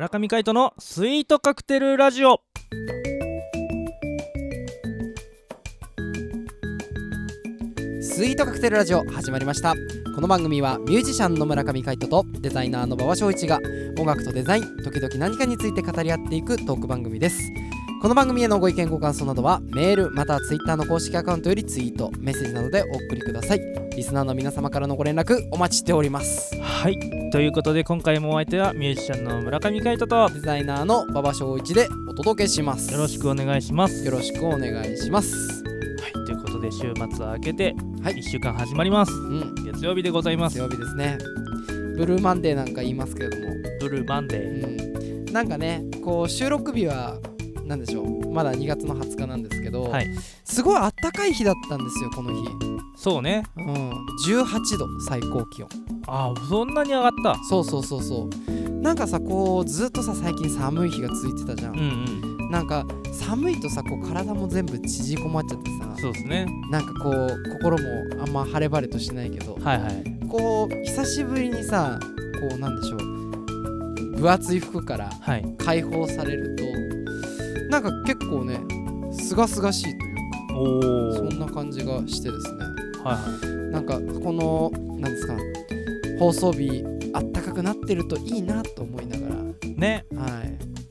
村上海人のスイートカクテルラジオ。 スイートカクテルラジオ始まりました。この番組はミュージシャンの村上海人とデザイナーの馬場翔一が音楽とデザイン、時々何かについて語り合っていくトーク番組です。この番組へのご意見ご感想などはメールまたはツイッターの公式アカウントよりツイート、メッセージなどでお送りください。リスナーの皆様からのご連絡お待ちしております。 はい、ということで今回もお相手はミュージシャンの村上海人とデザイナーの馬場翔一でお届けします。 よろしくお願いします。 よろしくお願いします。 はい、ということで週末は明けてはい 1週間始まります、月曜日でございます。 月曜日ですね。ブルーマンデーなんか言いますけれども、 ブルーマンデー、 なんかね、こう収録日はなんでしょう、まだ2月の20日なんですけど、 はい、 すごいあったかい日だったんですよこの日。 そうね、 18度最高気温。 あ、そんなに上がった。 そうなんかさ、こうずっとさ最近寒い日が続いてたじゃん、なんか寒いとさ、こう体も全部縮こまっちゃってさ、 そうですね、 なんかこう心もあんま晴れ晴れとしないけど、 はいはい、 こう久しぶりにさ、こうなんでしょう、分厚い服から解放されると、なんか結構ねすがすがしいというか、そんな感じがしてですね、なんかこのなんですか、放送日あったかくなってるといいなと思いながらね、 はい、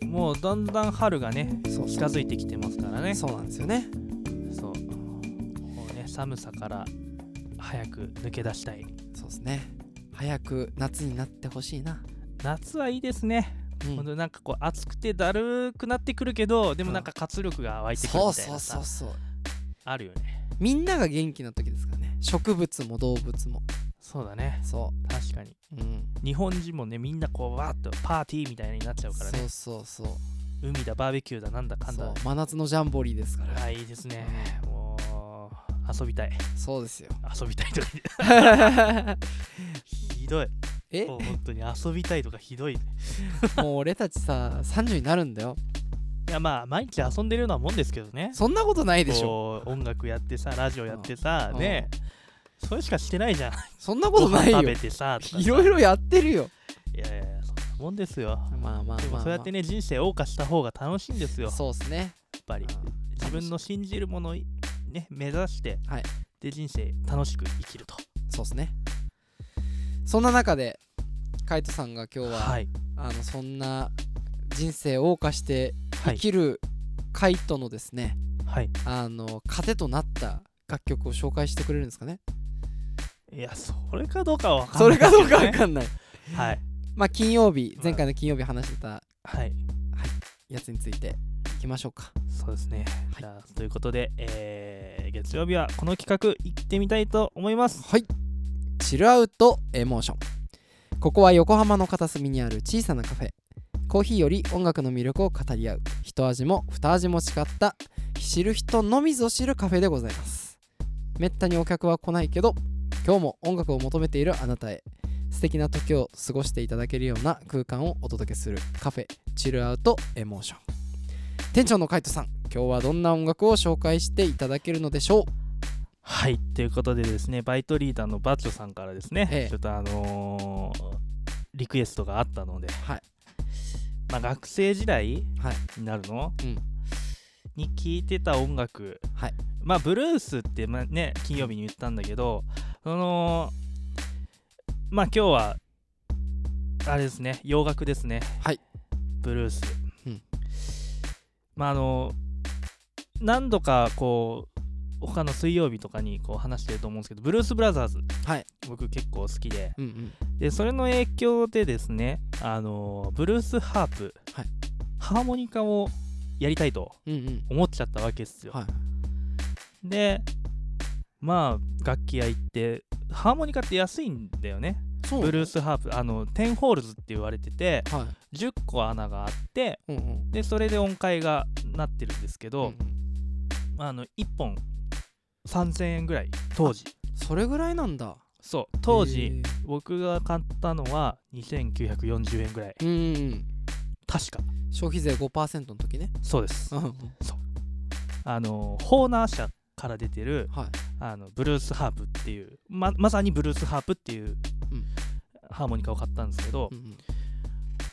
もうだんだん春がねそう近づいてきてますからね。 そうなんですよね。 そう、もうね、寒さから早く抜け出したい。 そうですね、早く夏になってほしいな。 夏はいいですね、ほんとなんかこう暑くてだるくなってくるけど、でもなんか活力が湧いてくるみたいなさ、 そうあるよね。 みんなが元気な時ですからね、植物も動物も。 そうだね、 そう確かに、日本人もね、みんなこうわーっとパーティーみたいになっちゃうからね。 そう海だバーベキューだなんだかんだ、 真夏のジャンボリーですから。 あ、いいですね、もう遊びたい。 そうですよ、 遊びたいとかひどい。もう本当に遊びたいとかひどいもう俺たちさ30になるんだよ。 いや、まあ毎日遊んでるようなもんですけどね。 そんなことないでしょ。 音楽やってさ、ラジオやってさ、ね、それしかしてないじゃん。 そんなことないよ。 ご飯食べてさ、 いろいろやってるよ。 いやそんなもんですよ。 まあでもそうやってね、人生謳歌した方が楽しいんですよ。 そうですね、 やっぱり自分の信じるものをね目指して、で人生楽しく生きると。 そうですね。そんな中でカイトさんが今日は、そんな人生を謳歌して生きるカイトのですね、糧となった楽曲を紹介してくれるんですかね。 いや、それかどうかは分かんない、 それかどうか分かんない。まあ金曜日、前回の金曜日話してた、やつについていきましょうか。 そうですね、じゃあということで、月曜日はこの企画行ってみたいと思います。 はい、チルアウトエモーション。ここは横浜の片隅にある小さなカフェ。コーヒーより音楽の魅力を語り合う、一味も二味も違った知る人のみぞ知るカフェでございます。めったにお客は来ないけど、今日も音楽を求めているあなたへ素敵な時を過ごしていただけるような空間をお届けするカフェチルアウトエモーション。店長のカイトさん、今日はどんな音楽を紹介していただけるのでしょう。 はい、ということでですね、バイトリーダーのバッチョさんからですね、ちょっとリクエストがあったので、まあ、学生時代になるの、に聴いてた音楽、まあブルースってね、金曜日に言ったんだけど、まあ今日はあれですね、洋楽ですね。ブルース、まあ何度かこう他の水曜日とかにこう話してると思うんですけど、ブルースブラザーズ、僕結構好きで、でそれの影響でですね、ブルースハープ、ハーモニカをやりたいと思っちゃったわけですよ。でまあ楽器屋行って、ハーモニカって安いんだよね。ブルースハープ10ホールズって言われてて、10個穴があって、でそれで音階がなってるんですけど、1本3000円ぐらい当時。 それぐらいなんだ。 そう当時僕が買ったのは2940円ぐらい、確か消費税 5% の時ね。 そうです。そうホーナー社から出てる、ブルースハープっていう、まさにブルースハープっていう、ハーモニカを買ったんですけど、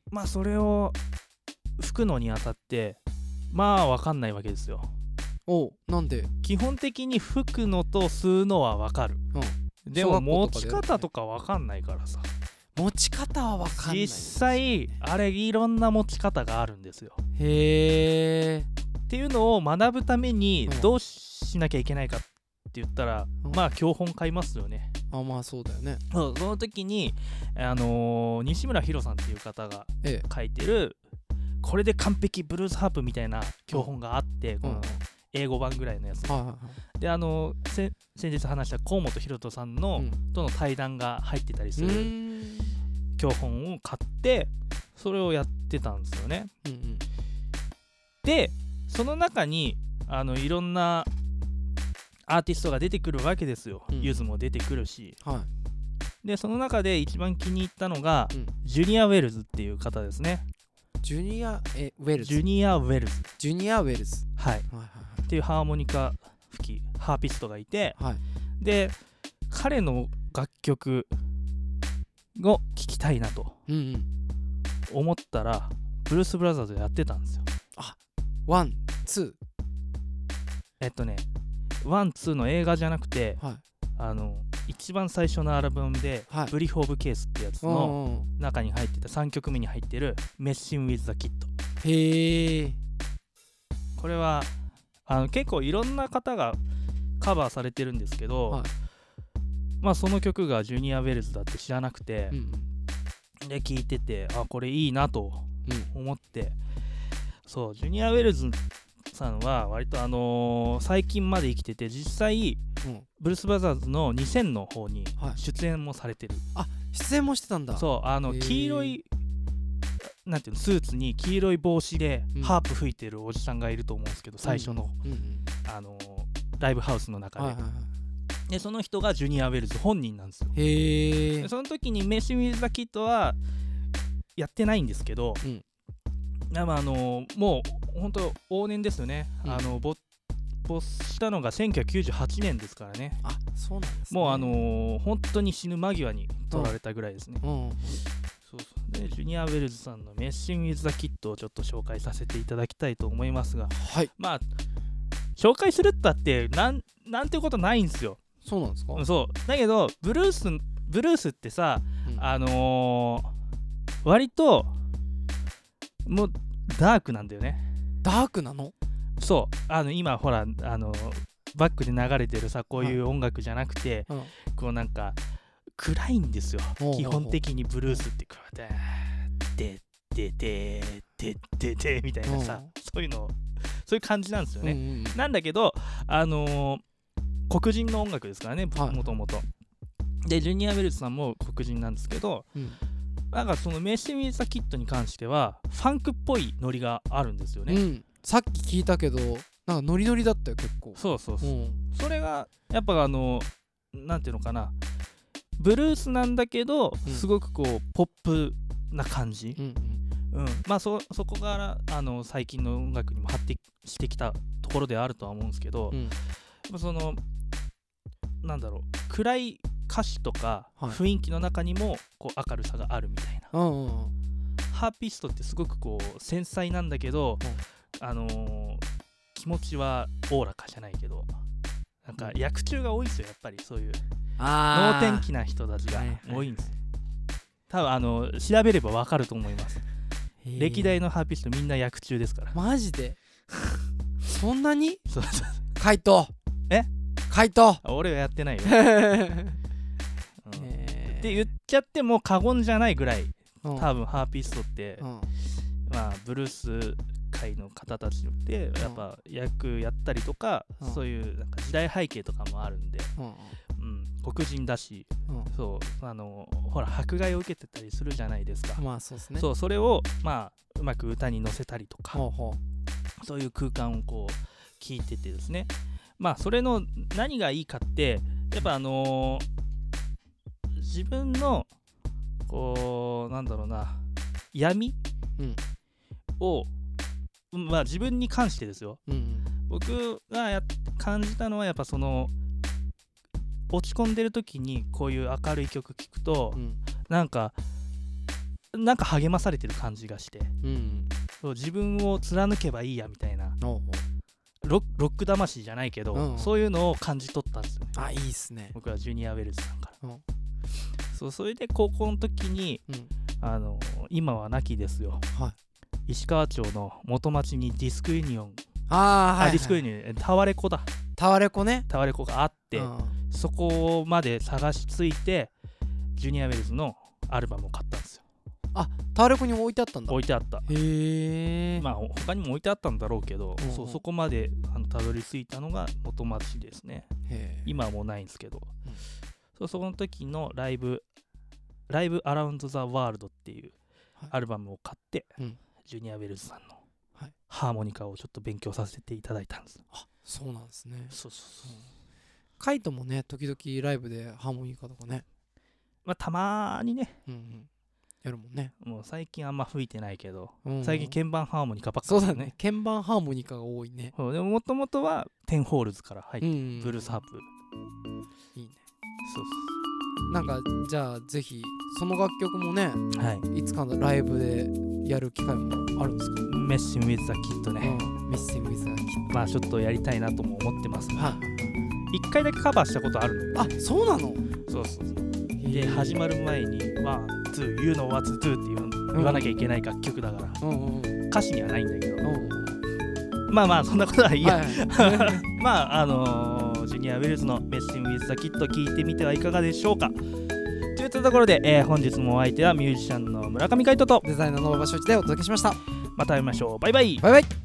まあそれを吹くのにあたってまあ分かんないわけですよ。 なんで？ 基本的に吹くのと吸うのは分かる、でも持ち方とか分かんないからさ。 持ち方は分かんない。 実際あれいろんな持ち方があるんですよ。 へー。 っていうのを学ぶためにどうしなきゃいけないかって言ったら、まあ教本買いますよね。 まあそうだよね。 その時に西村博さんっていう方が書いてる、これで完璧ブルースハープみたいな教本があって、この英語版ぐらいのやつ、で先日話した河本大翔さんの、との対談が入ってたりする教本を買ってそれをやってたんですよね。でその中にいろんなアーティストが出てくるわけですよ。ゆずも出てくるし、でその中で一番気に入ったのが、ジュニア・ウェルズっていう方ですね。 ジュニア・ウェルズ。 ジュニア・ウェルズ。 ジュニア・ウェルズ。 はい。っていうハーモニカ吹きハーピストがいて、で彼の楽曲を聴きたいなと思ったら、ブルース・ブラザーズやってたんですよ。 ワン、ツー。ワン、ツーの映画じゃなくて、一番最初のアルバムで、ブリフ・オブ・ケースってやつの中に入ってた3曲目に入ってるメッシン・ウィズ・ザ・キッド。 へー。 これは結構いろんな方がカバーされてるんですけど、まあその曲がジュニア・ウェルズだって知らなくて、で聴いてて、これいいなと思って、そうジュニア・ウェルズさんは割と最近まで生きてて、実際、ブルース・ブラザーズの2000の方に出演もされてる。 出演もしてたんだ。 そう黄色いなんていうの、スーツに黄色い帽子でハープ吹いてるおじさんがいると思うんですけど、最初の、ライブハウスの中で、でその人がジュニア・ウェルズ本人なんですよ。 へー。 その時にメッシン・ウィズ・ザ・キッドはやってないんですけど、もう本当往年ですよね。没したのが1998年ですからね。 そうなんですね。 もう本当に死ぬ間際に撮られたぐらいですね。でジュニア・ウェルズさんのメッシン・ウィズ・ザ・キッドをちょっと紹介させていただきたいと思いますが、まあ紹介するったってなんてことないんですよ。 そうなんですか？ そうだけどブルースってさ、割ともうダークなんだよね。 ダークなの？ そう今ほらバックで流れてるさ、こういう音楽じゃなくて、こうなんか暗いんですよ。基本的にブルースってでみたいなさ、そういう感じなんですよね。なんだけど黒人の音楽ですからね、もともと。でジュニア・ウェルズさんも黒人なんですけど、なんかそのメッシン・ウィズ・ザ・キッドに関してはファンクっぽいノリがあるんですよね。 さっき聞いたけどなんかノリノリだったよ結構。 そう、それがやっぱなんていうのかな、ブルースなんだけどすごくこうポップな感じ。まあそこから最近の音楽にも発展してきたところではあるとは思うんですけど、そのなんだろう、暗い歌詞とか雰囲気の中にもこう明るさがあるみたいな。ハーピストってすごくこう繊細なんだけど、気持ちはおおらかじゃないけど、なんか役中が多いですよ、やっぱり。そういう能天気な人たちが多いんです。多分調べればわかると思います。歴代のハーピストみんな役中ですから。 マジで？そんなに？ そう回答俺はやってないよ。って言っちゃっても過言じゃないぐらい、多分ハーピストって、まあブルース界の方たちってやっぱ役やったりとか、そういうなんか時代背景とかもあるんで、黒人だし、そうほら迫害を受けてたりするじゃないですか。 そうですね。 それをまあうまく歌に乗せたりとか、そういう空間をこう聞いててですね、まあそれの何がいいかってやっぱ自分のこうなんだろうな、闇、をまあ自分に関してですよ、僕が感じたのはやっぱその落ち込んでる時にこういう明るい曲聴くと、なんかなんか励まされてる感じがして、そう自分を貫けばいいやみたいなロック魂じゃないけど、そういうのを感じ取ったんですよね。 いいっすね。 僕はジュニアウェルズさんから、それで高校の時に、今は亡きですよ、石川町の元町にディスクユニオン、ディスクユニオンタワレコがあって、そこまで探し着いてジュニアウェルズのアルバムを買ったんですよ。 タワレコに置いてあったんだ。 置いてあった。まあ他にも置いてあったんだろうけど、そこまでたどり着いたのが元町ですね。今はもうないんですけど、そこの時のライブアラウンドザワールドっていうアルバムを買って、ジュニアウェルズさんのハーモニカをちょっと勉強させていただいたんです。 そうなんですね。カイトもね、時々ライブでハーモニカとかね、 たまにね、 やるもんね。 もう最近あんま吹いてないけど、最近鍵盤ハーモニカばっかり。 そうだね、鍵盤ハーモニカが多いね。 でももともとはテンホールズから入って、ブルースハープ。 いいね。なんかじゃあぜひその楽曲もね、いつかのライブでやる機会もあるんですか？ メッシング・ウィズ・ザ・キッドね。 メッシング・ウィズ・ザ・キッド。 ちょっとやりたいなとも思ってます。一回だけカバーしたことあるのよ。 そうなの？ そう。で始まる前にワン、ツー、You know what to do って言わなきゃいけない楽曲だから、歌詞にはないんだけど、そんなことはいいや。ジュニアウェルズのメッシング・ウィズ・ザ・キッド聞いてみてはいかがでしょうか。といったところで、本日もお相手はミュージシャンの村上海人とデザイナーの馬場翔一でお届けしました。 また会いましょう。バイバイ。 バイバイ。